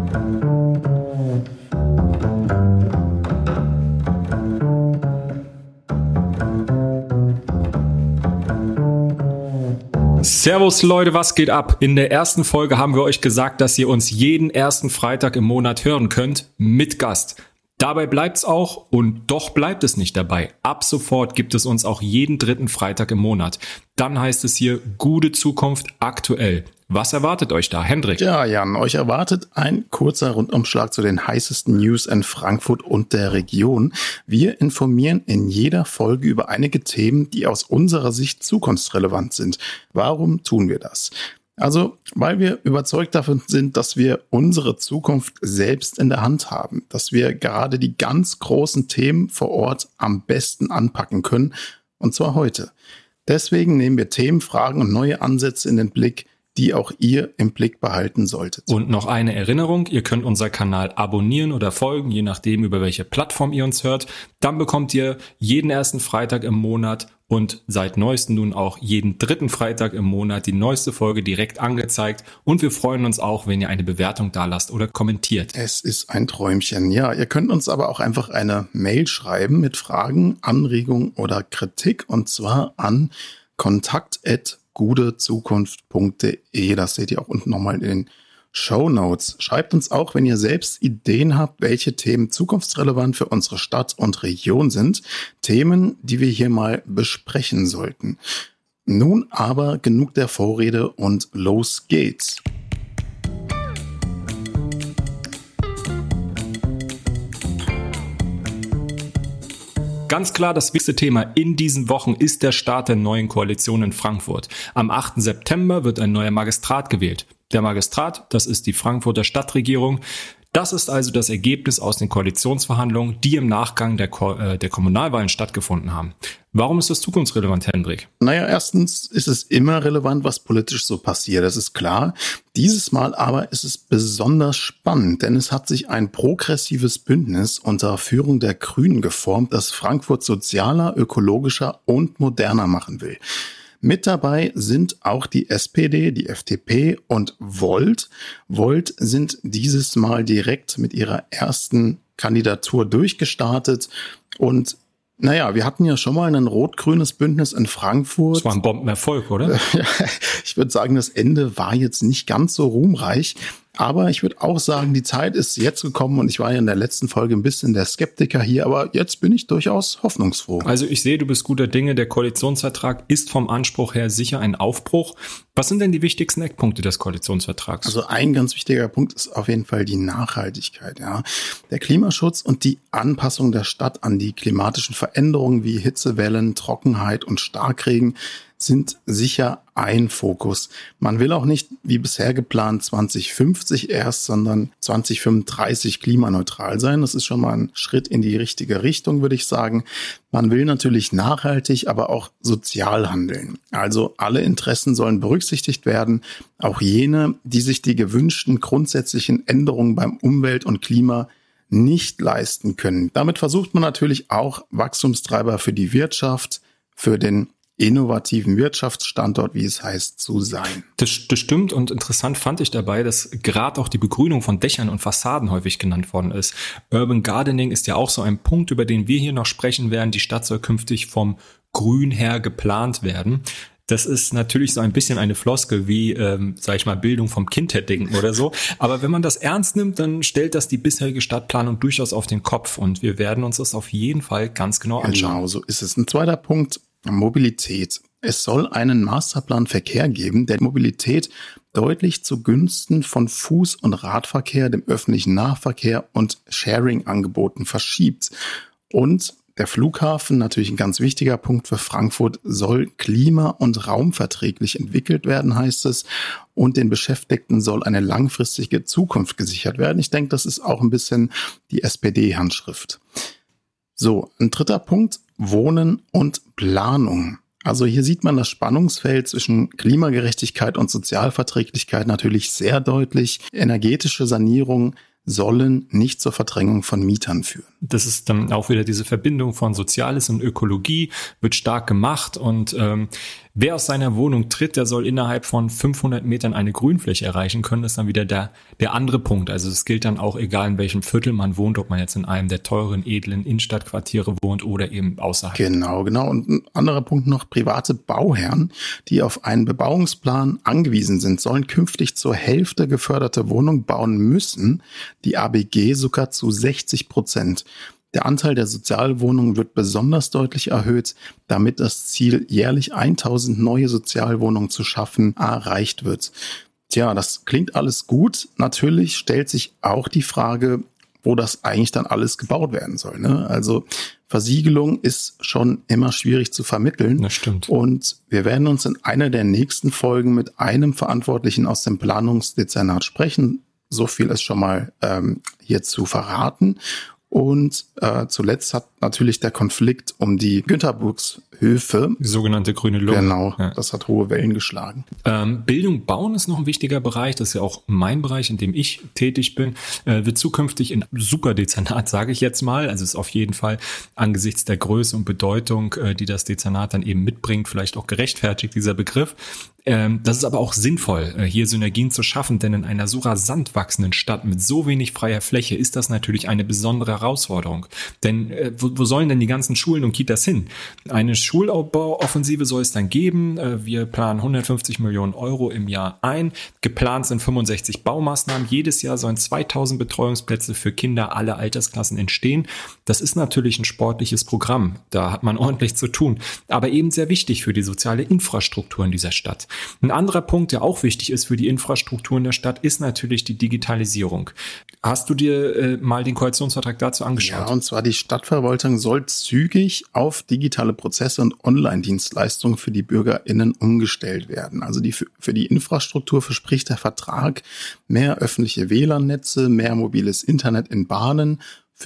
Servus Leute, was geht ab? In der ersten Folge haben wir euch gesagt, dass ihr uns jeden ersten Freitag im Monat hören könnt, mit Gast. Dabei bleibt's auch und doch bleibt es nicht dabei. Ab sofort gibt es uns auch jeden dritten Freitag im Monat. Dann heißt es hier Gute Zukunft aktuell. Was erwartet euch da, Hendrik? Ja, Jan, euch erwartet ein kurzer Rundumschlag zu den heißesten News in Frankfurt und der Region. Wir informieren in jeder Folge über einige Themen, die aus unserer Sicht zukunftsrelevant sind. Warum tun wir das? Also, weil wir überzeugt davon sind, dass wir unsere Zukunft selbst in der Hand haben, dass wir gerade die ganz großen Themen vor Ort am besten anpacken können, und zwar heute. Deswegen nehmen wir Themen, Fragen und neue Ansätze in den Blick, die auch ihr im Blick behalten solltet. Und noch eine Erinnerung, ihr könnt unseren Kanal abonnieren oder folgen, je nachdem, über welche Plattform ihr uns hört. Dann bekommt ihr jeden ersten Freitag im Monat und seit neuestem nun auch jeden dritten Freitag im Monat die neueste Folge direkt angezeigt. Und wir freuen uns auch, wenn ihr eine Bewertung dalasst oder kommentiert. Es ist ein Träumchen. Ja, ihr könnt uns aber auch einfach eine Mail schreiben mit Fragen, Anregungen oder Kritik, und zwar an kontakt@gutezukunft.de. Das seht ihr auch unten nochmal in den Shownotes. Schreibt uns auch, wenn ihr selbst Ideen habt, welche Themen zukunftsrelevant für unsere Stadt und Region sind. Themen, die wir hier mal besprechen sollten. Nun aber genug der Vorrede und los geht's. Ganz klar, das wichtigste Thema in diesen Wochen ist der Start der neuen Koalition in Frankfurt. Am 8. September wird ein neuer Magistrat gewählt. Der Magistrat, das ist die Frankfurter Stadtregierung. Das ist also das Ergebnis aus den Koalitionsverhandlungen, die im Nachgang der Kommunalwahlen stattgefunden haben. Warum ist das zukunftsrelevant, Hendrik? Naja, erstens ist es immer relevant, was politisch so passiert, das ist klar. Dieses Mal aber ist es besonders spannend, denn es hat sich ein progressives Bündnis unter Führung der Grünen geformt, das Frankfurt sozialer, ökologischer und moderner machen will. Mit dabei sind auch die SPD, die FDP und Volt. Volt sind dieses Mal direkt mit ihrer ersten Kandidatur durchgestartet. Und naja, wir hatten ja schon mal ein rot-grünes Bündnis in Frankfurt. Das war ein Bombenerfolg, oder? Ich würde sagen, das Ende war jetzt nicht ganz so ruhmreich. Aber ich würde auch sagen, die Zeit ist jetzt gekommen und ich war ja in der letzten Folge ein bisschen der Skeptiker hier, aber jetzt bin ich durchaus hoffnungsfroh. Also ich sehe, du bist guter Dinge. Der Koalitionsvertrag ist vom Anspruch her sicher ein Aufbruch. Was sind denn die wichtigsten Eckpunkte des Koalitionsvertrags? Also ein ganz wichtiger Punkt ist auf jeden Fall die Nachhaltigkeit, ja. Der Klimaschutz und die Anpassung der Stadt an die klimatischen Veränderungen wie Hitzewellen, Trockenheit und Starkregen sind sicher ein Fokus. Man will auch nicht, wie bisher geplant, 2050 erst, sondern 2035 klimaneutral sein. Das ist schon mal ein Schritt in die richtige Richtung, würde ich sagen. Man will natürlich nachhaltig, aber auch sozial handeln. Also alle Interessen sollen berücksichtigt werden, auch jene, die sich die gewünschten grundsätzlichen Änderungen beim Umwelt- und Klima nicht leisten können. Damit versucht man natürlich auch Wachstumstreiber für die Wirtschaft, für den innovativen Wirtschaftsstandort, wie es heißt, zu sein. Das stimmt, und interessant fand ich dabei, dass gerade auch die Begrünung von Dächern und Fassaden häufig genannt worden ist. Urban Gardening ist ja auch so ein Punkt, über den wir hier noch sprechen werden. Die Stadt soll künftig vom Grün her geplant werden. Das ist natürlich so ein bisschen eine Floskel wie, sag ich mal, Bildung vom Kind her denken oder so. Aber wenn man das ernst nimmt, dann stellt das die bisherige Stadtplanung durchaus auf den Kopf. Und wir werden uns das auf jeden Fall ganz genau anschauen. Genau, so ist es. Ein zweiter Punkt: Mobilität. Es soll einen Masterplan Verkehr geben, der Mobilität deutlich zugunsten von Fuß- und Radverkehr, dem öffentlichen Nahverkehr und Sharing-Angeboten verschiebt. Und der Flughafen, natürlich ein ganz wichtiger Punkt für Frankfurt, soll klima- und raumverträglich entwickelt werden, heißt es. Und den Beschäftigten soll eine langfristige Zukunft gesichert werden. Ich denke, das ist auch ein bisschen die SPD-Handschrift. So, ein dritter Punkt: Wohnen und Planung. Also hier sieht man das Spannungsfeld zwischen Klimagerechtigkeit und Sozialverträglichkeit natürlich sehr deutlich. Energetische Sanierung sollen nicht zur Verdrängung von Mietern führen. Das ist dann auch wieder diese Verbindung von Soziales und Ökologie, wird stark gemacht, und Wer aus seiner Wohnung tritt, der soll innerhalb von 500 Metern eine Grünfläche erreichen können. Das ist dann wieder der andere Punkt. Also es gilt dann auch, egal in welchem Viertel man wohnt, ob man jetzt in einem der teuren, edlen Innenstadtquartiere wohnt oder eben außerhalb. Genau. Und ein anderer Punkt noch, private Bauherren, die auf einen Bebauungsplan angewiesen sind, sollen künftig zur Hälfte geförderte Wohnungen bauen müssen, die ABG sogar zu 60%. Der Anteil der Sozialwohnungen wird besonders deutlich erhöht, damit das Ziel, jährlich 1000 neue Sozialwohnungen zu schaffen, erreicht wird. Tja, das klingt alles gut. Natürlich stellt sich auch die Frage, wo das eigentlich dann alles gebaut werden soll, ne? Also Versiegelung ist schon immer schwierig zu vermitteln. Das stimmt. Und wir werden uns in einer der nächsten Folgen mit einem Verantwortlichen aus dem Planungsdezernat sprechen. So viel ist schon mal hierzu verraten. Und zuletzt hat natürlich der Konflikt um die Günterburgshöfe, die sogenannte grüne Lunge. Genau, ja. Das hat hohe Wellen geschlagen. Bildung, Bauen ist noch ein wichtiger Bereich. Das ist ja auch mein Bereich, in dem ich tätig bin. Wird zukünftig in Superdezernat, sage ich jetzt mal. Also ist auf jeden Fall angesichts der Größe und Bedeutung, die das Dezernat dann eben mitbringt, vielleicht auch gerechtfertigt, dieser Begriff. Das ist aber auch sinnvoll, hier Synergien zu schaffen, denn in einer so rasant wachsenden Stadt mit so wenig freier Fläche ist das natürlich eine besondere Herausforderung. Denn wo sollen denn die ganzen Schulen und Kitas hin? Eine Schulaufbauoffensive soll es dann geben. Wir planen 150 Millionen Euro im Jahr ein. Geplant sind 65 Baumaßnahmen. Jedes Jahr sollen 2000 Betreuungsplätze für Kinder aller Altersklassen entstehen. Das ist natürlich ein sportliches Programm. Da hat man ordentlich zu tun. Aber eben sehr wichtig für die soziale Infrastruktur in dieser Stadt. Ein anderer Punkt, der auch wichtig ist für die Infrastruktur in der Stadt, ist natürlich die Digitalisierung. Hast du dir mal den Koalitionsvertrag dazu angeschaut? Ja, und zwar die Stadtverwaltung soll zügig auf digitale Prozesse und Online-Dienstleistungen für die BürgerInnen umgestellt werden. Also für die Infrastruktur verspricht der Vertrag mehr öffentliche WLAN-Netze, mehr mobiles Internet in Bahnen,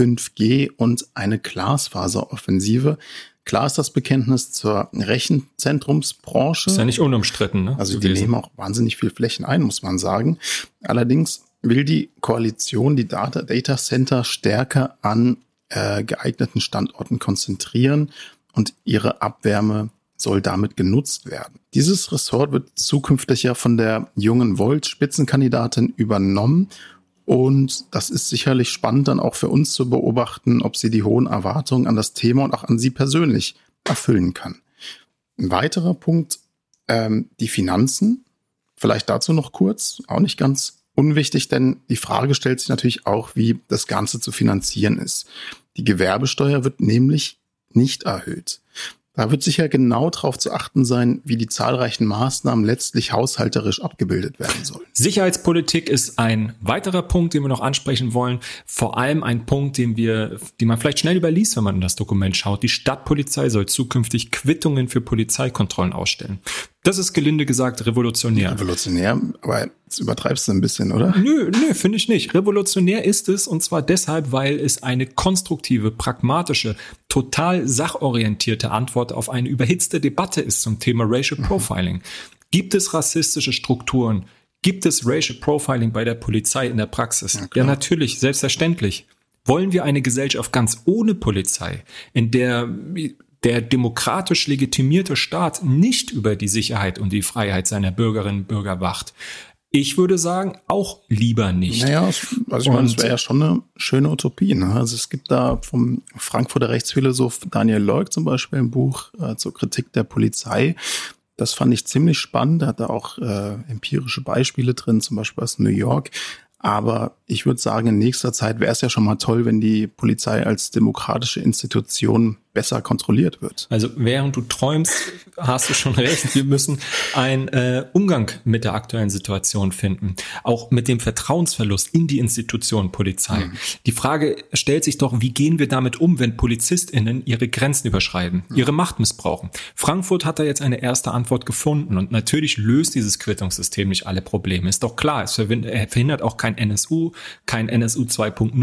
5G und eine Glasfaseroffensive. Klar ist das Bekenntnis zur Rechenzentrumsbranche. Ist ja nicht unumstritten, ne? Also die nehmen auch wahnsinnig viel Flächen ein, muss man sagen. Allerdings will die Koalition die Data Center stärker an geeigneten Standorten konzentrieren und ihre Abwärme soll damit genutzt werden. Dieses Ressort wird zukünftig ja von der jungen Volt-Spitzenkandidatin übernommen. Und das ist sicherlich spannend dann auch für uns zu beobachten, ob sie die hohen Erwartungen an das Thema und auch an sie persönlich erfüllen kann. Ein weiterer Punkt, die Finanzen. Vielleicht dazu noch kurz, auch nicht ganz unwichtig, denn die Frage stellt sich natürlich auch, wie das Ganze zu finanzieren ist. Die Gewerbesteuer wird nämlich nicht erhöht. Da wird sicher genau darauf zu achten sein, wie die zahlreichen Maßnahmen letztlich haushalterisch abgebildet werden sollen. Sicherheitspolitik ist ein weiterer Punkt, den wir noch ansprechen wollen. Vor allem ein Punkt, den man vielleicht schnell überliest, wenn man in das Dokument schaut. Die Stadtpolizei soll zukünftig Quittungen für Polizeikontrollen ausstellen. Das ist gelinde gesagt revolutionär. Revolutionär, aber jetzt übertreibst du ein bisschen, oder? Nö, finde ich nicht. Revolutionär ist es, und zwar deshalb, weil es eine konstruktive, pragmatische, total sachorientierte Antwort auf eine überhitzte Debatte ist zum Thema Racial Profiling. Gibt es rassistische Strukturen? Gibt es Racial Profiling bei der Polizei in der Praxis? Ja, natürlich, selbstverständlich. Wollen wir eine Gesellschaft ganz ohne Polizei, in der demokratisch legitimierte Staat nicht über die Sicherheit und die Freiheit seiner Bürgerinnen und Bürger wacht? Ich würde sagen, auch lieber nicht. Naja, also ich meine, das wäre ja schon eine schöne Utopie, ne? Also es gibt da vom Frankfurter Rechtsphilosoph Daniel Leuk zum Beispiel ein Buch zur Kritik der Polizei. Das fand ich ziemlich spannend. Da hat er auch empirische Beispiele drin, zum Beispiel aus New York. Aber ich würde sagen, in nächster Zeit wäre es ja schon mal toll, wenn die Polizei als demokratische Institution besser kontrolliert wird. Also während du träumst, hast du schon recht. Wir müssen einen Umgang mit der aktuellen Situation finden. Auch mit dem Vertrauensverlust in die Institution Polizei. Die Frage stellt sich doch, wie gehen wir damit um, wenn PolizistInnen ihre Grenzen überschreiten, ihre Macht missbrauchen? Frankfurt hat da jetzt eine erste Antwort gefunden. Und natürlich löst dieses Quittungssystem nicht alle Probleme. Ist doch klar, es verhindert auch kein NSU 2.0.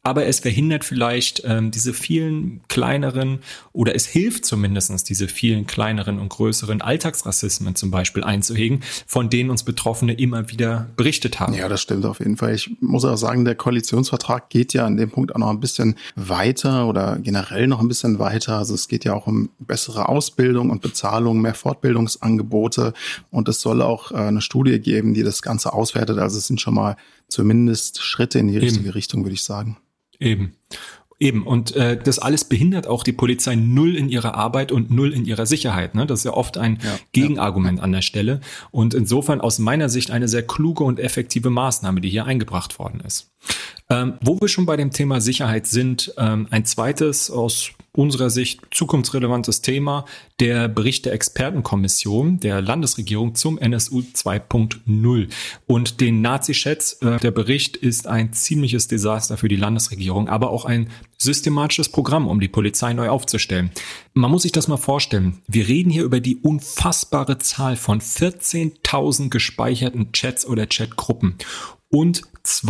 aber es verhindert vielleicht diese vielen kleineren, oder es hilft zumindest, diese vielen kleineren und größeren Alltagsrassismen zum Beispiel einzuhegen, von denen uns Betroffene immer wieder berichtet haben. Ja, das stimmt auf jeden Fall. Ich muss auch sagen, der Koalitionsvertrag geht ja an dem Punkt auch noch ein bisschen weiter oder generell noch ein bisschen weiter. Also es geht ja auch um bessere Ausbildung und Bezahlung, mehr Fortbildungsangebote, und es soll auch eine Studie geben, die das Ganze auswertet. Also es sind schon mal zumindest Schritte in die richtige Richtung, würde ich sagen. Eben. Und das alles behindert auch die Polizei null in ihrer Arbeit und null in ihrer Sicherheit. Ne? Das ist ja oft ein Gegenargument an der Stelle. Und insofern aus meiner Sicht eine sehr kluge und effektive Maßnahme, die hier eingebracht worden ist. Wo wir schon bei dem Thema Sicherheit sind, ein zweites aus unserer Sicht zukunftsrelevantes Thema, der Bericht der Expertenkommission der Landesregierung zum NSU 2.0 und den Nazi-Chats. Der Bericht ist ein ziemliches Desaster für die Landesregierung, aber auch ein systematisches Programm, um die Polizei neu aufzustellen. Man muss sich das mal vorstellen. Wir reden hier über die unfassbare Zahl von 14.000 gespeicherten Chats oder Chatgruppen und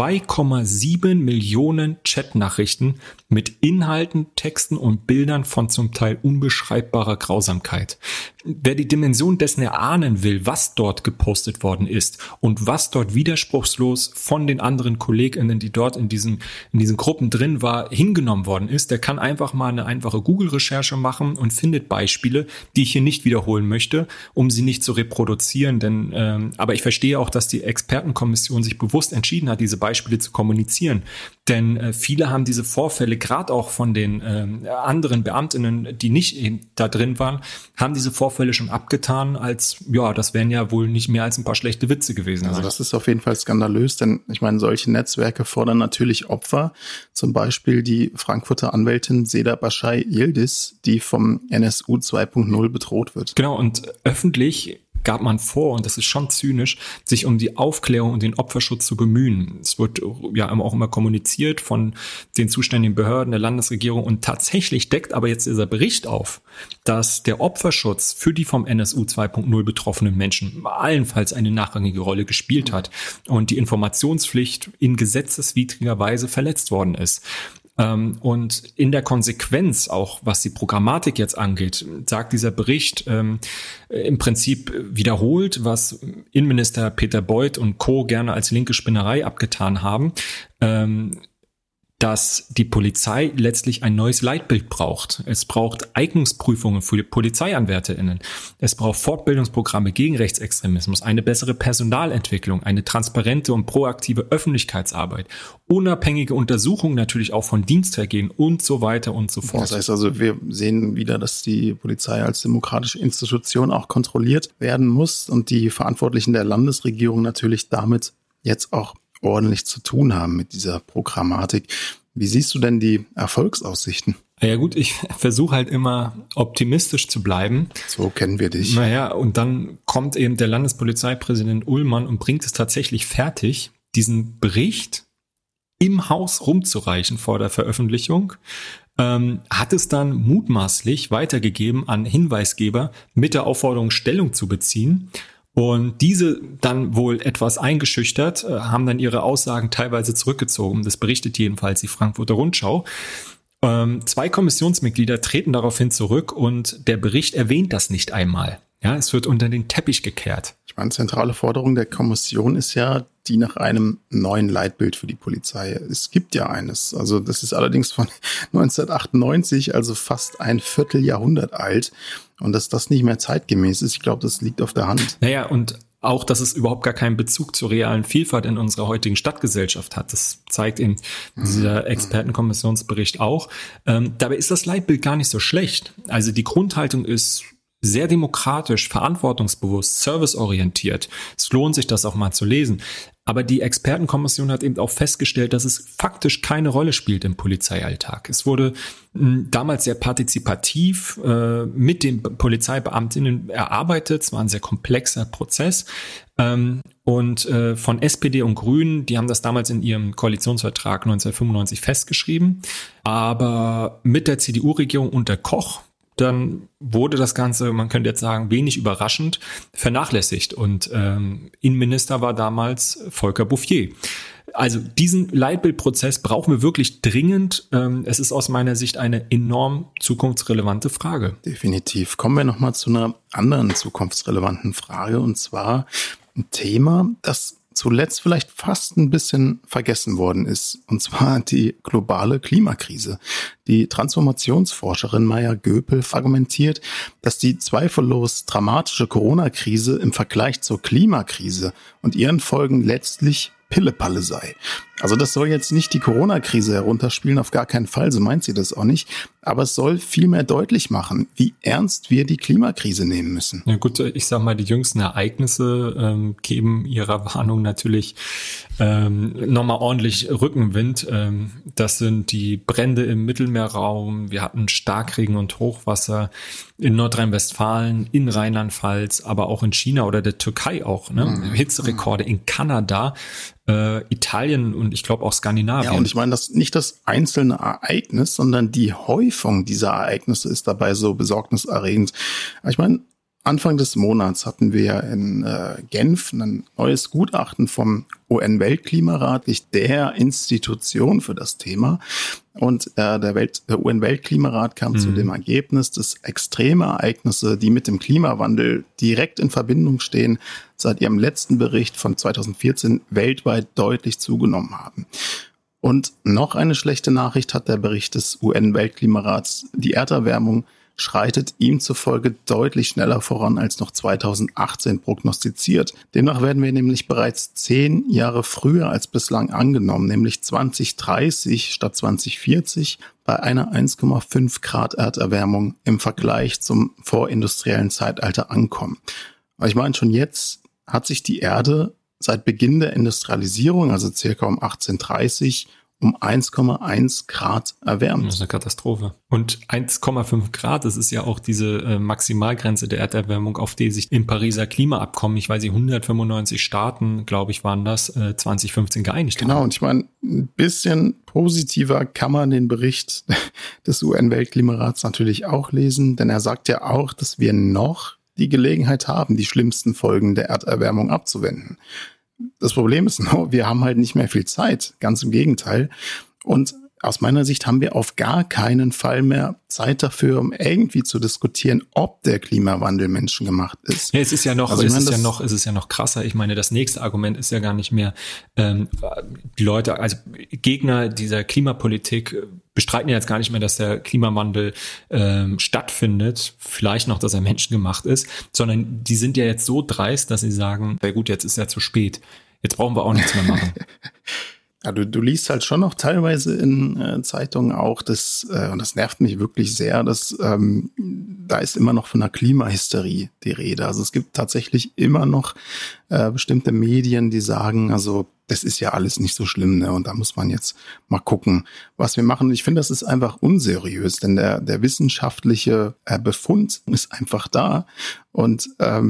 2,7 Millionen Chatnachrichten mit Inhalten, Texten und Bildern von zum Teil unbeschreibbarer Grausamkeit. Wer die Dimension dessen erahnen will, was dort gepostet worden ist und was dort widerspruchslos von den anderen KollegInnen, die dort in diesen Gruppen drin war, hingenommen worden ist, der kann einfach mal eine einfache Google-Recherche machen und findet Beispiele, die ich hier nicht wiederholen möchte, um sie nicht zu reproduzieren. Aber ich verstehe auch, dass die Expertenkommission sich bewusst entschieden hat, diese Beispiele zu kommunizieren. Denn viele haben diese Vorfälle, gerade auch von den anderen Beamtinnen, die nicht eben da drin waren, haben diese Vorfälle schon abgetan als, ja, das wären ja wohl nicht mehr als ein paar schlechte Witze gewesen. Also das ist auf jeden Fall skandalös, denn ich meine, solche Netzwerke fordern natürlich Opfer. Zum Beispiel die Frankfurter Anwältin Seda Başay Yildiz, die vom NSU 2.0 bedroht wird. Genau, und öffentlich gab man vor, und das ist schon zynisch, sich um die Aufklärung und den Opferschutz zu bemühen. Es wird ja auch immer kommuniziert von den zuständigen Behörden der Landesregierung, und tatsächlich deckt aber jetzt dieser Bericht auf, dass der Opferschutz für die vom NSU 2.0 betroffenen Menschen allenfalls eine nachrangige Rolle gespielt hat und die Informationspflicht in gesetzeswidriger Weise verletzt worden ist. Und in der Konsequenz, auch was die Programmatik jetzt angeht, sagt dieser Bericht im Prinzip wiederholt, was Innenminister Peter Beuth und Co. gerne als linke Spinnerei abgetan haben, dass die Polizei letztlich ein neues Leitbild braucht. Es braucht Eignungsprüfungen für die PolizeianwärterInnen. Es braucht Fortbildungsprogramme gegen Rechtsextremismus, eine bessere Personalentwicklung, eine transparente und proaktive Öffentlichkeitsarbeit, unabhängige Untersuchungen natürlich auch von Dienstvergehen und so weiter und so fort. Das heißt also, wir sehen wieder, dass die Polizei als demokratische Institution auch kontrolliert werden muss und die Verantwortlichen der Landesregierung natürlich damit jetzt auch ordentlich zu tun haben mit dieser Programmatik. Wie siehst du denn die Erfolgsaussichten? Ja gut, ich versuche halt immer optimistisch zu bleiben. So kennen wir dich. Naja, und dann kommt eben der Landespolizeipräsident Ullmann und bringt es tatsächlich fertig, diesen Bericht im Haus rumzureichen vor der Veröffentlichung. Hat es dann mutmaßlich weitergegeben an Hinweisgeber mit der Aufforderung, Stellung zu beziehen. Und diese dann wohl etwas eingeschüchtert, haben dann ihre Aussagen teilweise zurückgezogen. Das berichtet jedenfalls die Frankfurter Rundschau. 2 Kommissionsmitglieder treten daraufhin zurück und der Bericht erwähnt das nicht einmal. Ja, es wird unter den Teppich gekehrt. Ich meine, zentrale Forderung der Kommission ist ja die nach einem neuen Leitbild für die Polizei. Es gibt ja eines. Also das ist allerdings von 1998, also fast ein Vierteljahrhundert alt. Und dass das nicht mehr zeitgemäß ist, ich glaube, das liegt auf der Hand. Naja, und auch, dass es überhaupt gar keinen Bezug zur realen Vielfalt in unserer heutigen Stadtgesellschaft hat. Das zeigt eben dieser Expertenkommissionsbericht auch. Dabei ist das Leitbild gar nicht so schlecht. Also die Grundhaltung ist sehr demokratisch, verantwortungsbewusst, serviceorientiert. Es lohnt sich, das auch mal zu lesen. Aber die Expertenkommission hat eben auch festgestellt, dass es faktisch keine Rolle spielt im Polizeialltag. Es wurde damals sehr partizipativ mit den Polizeibeamtinnen erarbeitet. Es war ein sehr komplexer Prozess. Und von SPD und Grünen, die haben das damals in ihrem Koalitionsvertrag 1995 festgeschrieben. Aber mit der CDU-Regierung unter Koch, dann wurde das Ganze, man könnte jetzt sagen, wenig überraschend vernachlässigt. Und Innenminister war damals Volker Bouffier. Also diesen Leitbildprozess brauchen wir wirklich dringend. Es ist aus meiner Sicht eine enorm zukunftsrelevante Frage. Definitiv. Kommen wir nochmal zu einer anderen zukunftsrelevanten Frage, und zwar ein Thema, das zuletzt vielleicht fast ein bisschen vergessen worden ist, und zwar die globale Klimakrise. Die Transformationsforscherin Maya Göpel argumentiert, dass die zweifellos dramatische Corona-Krise im Vergleich zur Klimakrise und ihren Folgen letztlich Pillepalle sei. Also das soll jetzt nicht die Corona-Krise herunterspielen, auf gar keinen Fall, so meint sie das auch nicht. Aber es soll vielmehr deutlich machen, wie ernst wir die Klimakrise nehmen müssen. Ja gut, ich sag mal, die jüngsten Ereignisse geben ihrer Warnung natürlich nochmal ordentlich Rückenwind. Das sind die Brände im Mittelmeerraum. Wir hatten Starkregen und Hochwasser in Nordrhein-Westfalen, in Rheinland-Pfalz, aber auch in China oder der Türkei auch. Ne? Hitzerekorde in Kanada, Italien und ich glaube auch Skandinavien. Ja, und ich meine, das nicht das einzelne Ereignis, sondern die Häufung dieser Ereignisse ist dabei so besorgniserregend. Ich meine, Anfang des Monats hatten wir in Genf ein neues Gutachten vom UN-Weltklimarat, der Institution für das Thema. Und der UN-Weltklimarat kam zu dem Ergebnis, dass extreme Ereignisse, die mit dem Klimawandel direkt in Verbindung stehen, seit ihrem letzten Bericht von 2014 weltweit deutlich zugenommen haben. Und noch eine schlechte Nachricht hat der Bericht des UN-Weltklimarats: Die Erderwärmung schreitet ihm zufolge deutlich schneller voran als noch 2018 prognostiziert. Demnach werden wir nämlich bereits 10 Jahre früher als bislang angenommen, nämlich 2030 statt 2040, bei einer 1,5 Grad Erderwärmung im Vergleich zum vorindustriellen Zeitalter ankommen. Aber ich meine, schon jetzt hat sich die Erde seit Beginn der Industrialisierung, also circa um 1830, um 1,1 Grad erwärmt. Das ist eine Katastrophe. Und 1,5 Grad, das ist ja auch diese Maximalgrenze der Erderwärmung, auf die sich im Pariser Klimaabkommen, ich weiß nicht, 195 Staaten, glaube ich, waren das, 2015 geeinigt haben. Genau, und ich meine, ein bisschen positiver kann man den Bericht des UN-Weltklimarats natürlich auch lesen, denn er sagt ja auch, dass wir noch die Gelegenheit haben, die schlimmsten Folgen der Erderwärmung abzuwenden. Das Problem ist nur, wir haben halt nicht mehr viel Zeit, ganz im Gegenteil. Und aus meiner Sicht haben wir auf gar keinen Fall mehr Zeit dafür, um irgendwie zu diskutieren, ob der Klimawandel menschengemacht ist. Ja, es ist ja noch, es ist ja noch krasser. Ich meine, das nächste Argument ist ja gar nicht mehr, die Leute, also Gegner dieser Klimapolitik bestreiten ja jetzt gar nicht mehr, dass der Klimawandel stattfindet, vielleicht noch, dass er menschengemacht ist, sondern die sind ja jetzt so dreist, dass sie sagen, na gut, jetzt ist ja zu spät. Jetzt brauchen wir auch nichts mehr machen. Ja, du liest halt schon noch teilweise in Zeitungen auch, und das nervt mich wirklich sehr, dass da ist immer noch von einer Klimahysterie die Rede. Also es gibt tatsächlich immer noch bestimmte Medien, die sagen, also das ist ja alles nicht so schlimm, ne? Und da muss man jetzt mal gucken, was wir machen. Und ich finde, das ist einfach unseriös, denn der wissenschaftliche Befund ist einfach da. Und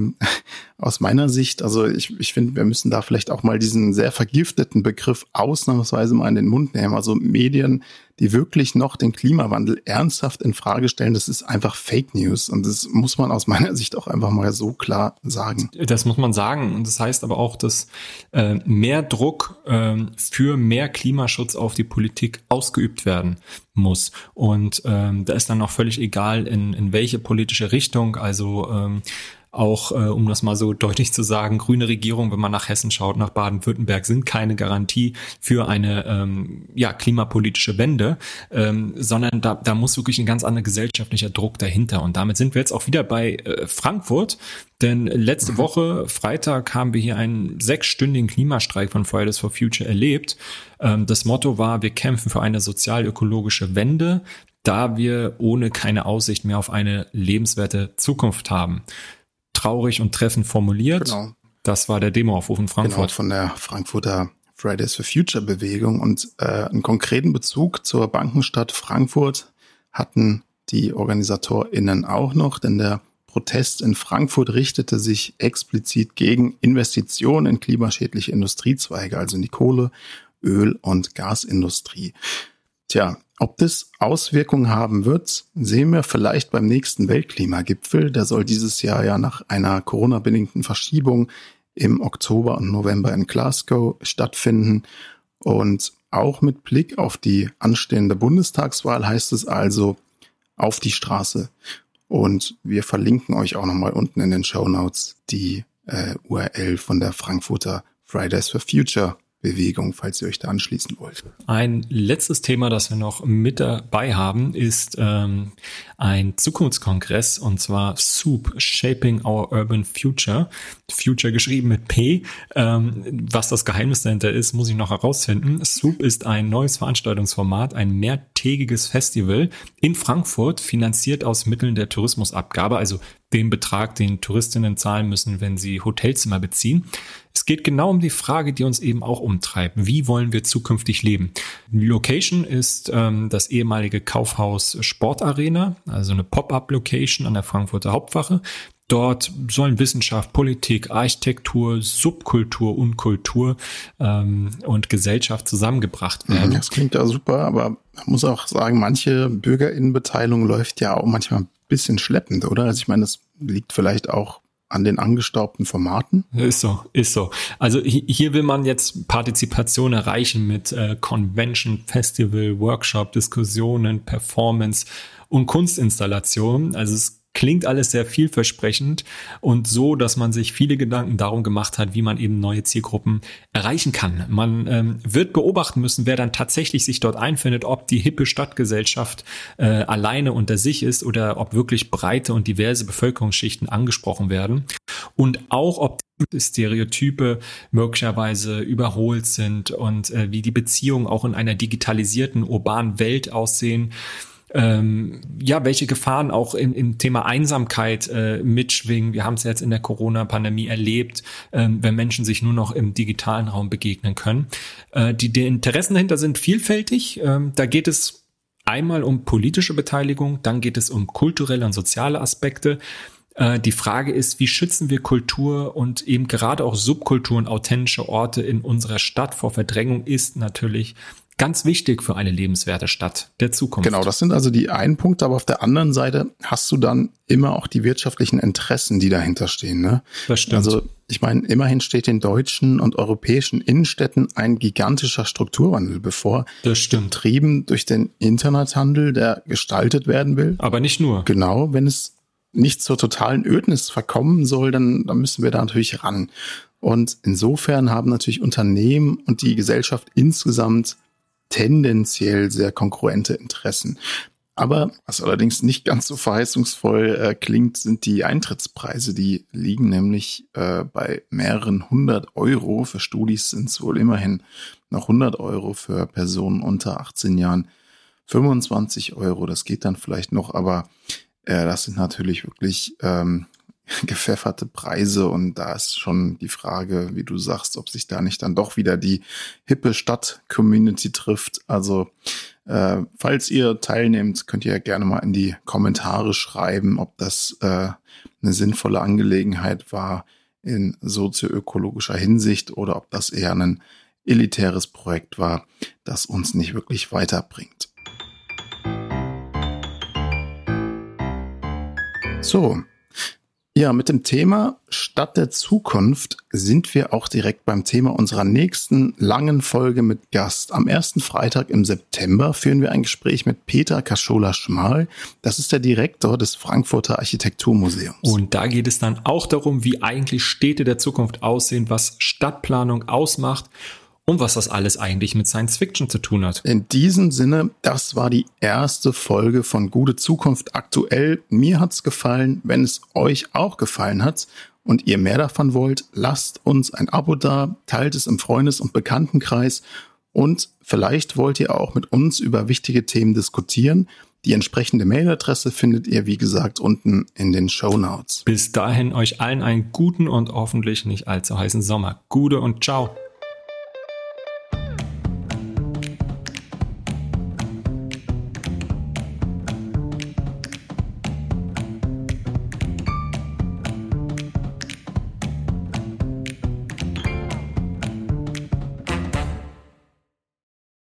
aus meiner Sicht, also ich finde, wir müssen da vielleicht auch mal diesen sehr vergifteten Begriff ausnahmsweise mal in den Mund nehmen. Also Medien, die wirklich noch den Klimawandel ernsthaft in Frage stellen, das ist einfach Fake News. Und das muss man aus meiner Sicht auch einfach mal so klar sagen. Das muss man sagen. Und das heißt aber auch, dass mehr Druck für mehr Klimaschutz auf die Politik ausgeübt werden muss. Und da ist dann auch völlig egal, in welche politische Richtung, also auch, um das mal so deutlich zu sagen, grüne Regierung, wenn man nach Hessen schaut, nach Baden-Württemberg, sind keine Garantie für eine klimapolitische Wende, sondern da muss wirklich ein ganz anderer gesellschaftlicher Druck dahinter. Und damit sind wir jetzt auch wieder bei Frankfurt, denn letzte Woche, Freitag, haben wir hier einen 6-stündigen Klimastreik von Fridays for Future erlebt. Das Motto war, wir kämpfen für eine sozial-ökologische Wende, da wir ohne keine Aussicht mehr auf eine lebenswerte Zukunft haben. Traurig und treffend formuliert. Genau. Das war der Demoaufruf in Frankfurt. Genau, von der Frankfurter Fridays for Future Bewegung. Und einen konkreten Bezug zur Bankenstadt Frankfurt hatten die OrganisatorInnen auch noch, denn der Protest in Frankfurt richtete sich explizit gegen Investitionen in klimaschädliche Industriezweige, also in die Kohle-, Öl- und Gasindustrie. Tja, ob das Auswirkungen haben wird, sehen wir vielleicht beim nächsten Weltklimagipfel. Der soll dieses Jahr ja nach einer Corona-bedingten Verschiebung im Oktober und November in Glasgow stattfinden. Und auch mit Blick auf die anstehende Bundestagswahl heißt es also auf die Straße. Und wir verlinken euch auch nochmal unten in den Shownotes die URL von der Frankfurter Fridays for Future Bewegung, falls ihr euch da anschließen wollt. Ein letztes Thema, das wir noch mit dabei haben, ist ein Zukunftskongress, und zwar SOUP, Shaping Our Urban Future. Future geschrieben mit P. Was das Geheimnis dahinter ist, muss ich noch herausfinden. SOUP ist ein neues Veranstaltungsformat, ein mehrtägiges Festival in Frankfurt, finanziert aus Mitteln der Tourismusabgabe, also den Betrag, den Touristinnen zahlen müssen, wenn sie Hotelzimmer beziehen. Es geht genau um die Frage, die uns eben auch umtreibt. Wie wollen wir zukünftig leben? Die Location ist das ehemalige Kaufhaus Sportarena, also eine Pop-up-Location an der Frankfurter Hauptwache. Dort sollen Wissenschaft, Politik, Architektur, Subkultur und Kultur und Gesellschaft zusammengebracht werden. Das klingt ja super, aber man muss auch sagen, manche BürgerInnenbeteiligung läuft ja auch manchmal ein bisschen schleppend, oder? Also ich meine, das liegt vielleicht auch an den angestaubten Formaten. Ist so. Also hier will man jetzt Partizipation erreichen mit Convention, Festival, Workshop, Diskussionen, Performance und Kunstinstallationen. Also es klingt alles sehr vielversprechend und so, dass man sich viele Gedanken darum gemacht hat, wie man eben neue Zielgruppen erreichen kann. Man wird beobachten müssen, wer dann tatsächlich sich dort einfindet, ob die hippe Stadtgesellschaft alleine unter sich ist oder ob wirklich breite und diverse Bevölkerungsschichten angesprochen werden. Und auch, ob die Stereotype möglicherweise überholt sind und wie die Beziehungen auch in einer digitalisierten, urbanen Welt aussehen. Welche Gefahren auch im Thema Einsamkeit mitschwingen. Wir haben es jetzt in der Corona-Pandemie erlebt, wenn Menschen sich nur noch im digitalen Raum begegnen können. Die Interessen dahinter sind vielfältig. Da geht es einmal um politische Beteiligung, dann geht es um kulturelle und soziale Aspekte. Die Frage ist, wie schützen wir Kultur und eben gerade auch Subkulturen, authentische Orte in unserer Stadt vor Verdrängung ist natürlich ganz wichtig für eine lebenswerte Stadt der Zukunft. Genau, das sind also die einen Punkte, aber auf der anderen Seite hast du dann immer auch die wirtschaftlichen Interessen, die dahinter stehen. Ne? Das stimmt. Also ich meine, immerhin steht den deutschen und europäischen Innenstädten ein gigantischer Strukturwandel bevor. Das stimmt. Getrieben durch den Internethandel, der gestaltet werden will. Aber nicht nur. Genau, wenn es nicht zur totalen Ödnis verkommen soll, dann müssen wir da natürlich ran. Und insofern haben natürlich Unternehmen und die Gesellschaft insgesamt tendenziell sehr konkurrente Interessen. Aber was allerdings nicht ganz so verheißungsvoll klingt, sind die Eintrittspreise. Die liegen nämlich bei mehreren 100 Euro. Für Studis sind es wohl immerhin noch 100 Euro, für Personen unter 18 Jahren 25 Euro. Das geht dann vielleicht noch, aber das sind natürlich wirklich gepfefferte Preise und da ist schon die Frage, wie du sagst, ob sich da nicht dann doch wieder die hippe Stadt-Community trifft. Also falls ihr teilnehmt, könnt ihr ja gerne mal in die Kommentare schreiben, ob das eine sinnvolle Angelegenheit war in sozioökologischer Hinsicht oder ob das eher ein elitäres Projekt war, das uns nicht wirklich weiterbringt. So. Ja, mit dem Thema Stadt der Zukunft sind wir auch direkt beim Thema unserer nächsten langen Folge mit Gast. Am ersten Freitag im September führen wir ein Gespräch mit Peter Kaschola-Schmal. Das ist der Direktor des Frankfurter Architekturmuseums. Und da geht es dann auch darum, wie eigentlich Städte der Zukunft aussehen, was Stadtplanung ausmacht und was das alles eigentlich mit Science Fiction zu tun hat. In diesem Sinne, das war die erste Folge von Gute Zukunft aktuell. Mir hat's gefallen. Wenn es euch auch gefallen hat und ihr mehr davon wollt, lasst uns ein Abo da, teilt es im Freundes- und Bekanntenkreis und vielleicht wollt ihr auch mit uns über wichtige Themen diskutieren. Die entsprechende Mailadresse findet ihr, wie gesagt, unten in den Shownotes. Bis dahin euch allen einen guten und hoffentlich nicht allzu heißen Sommer. Gute und ciao.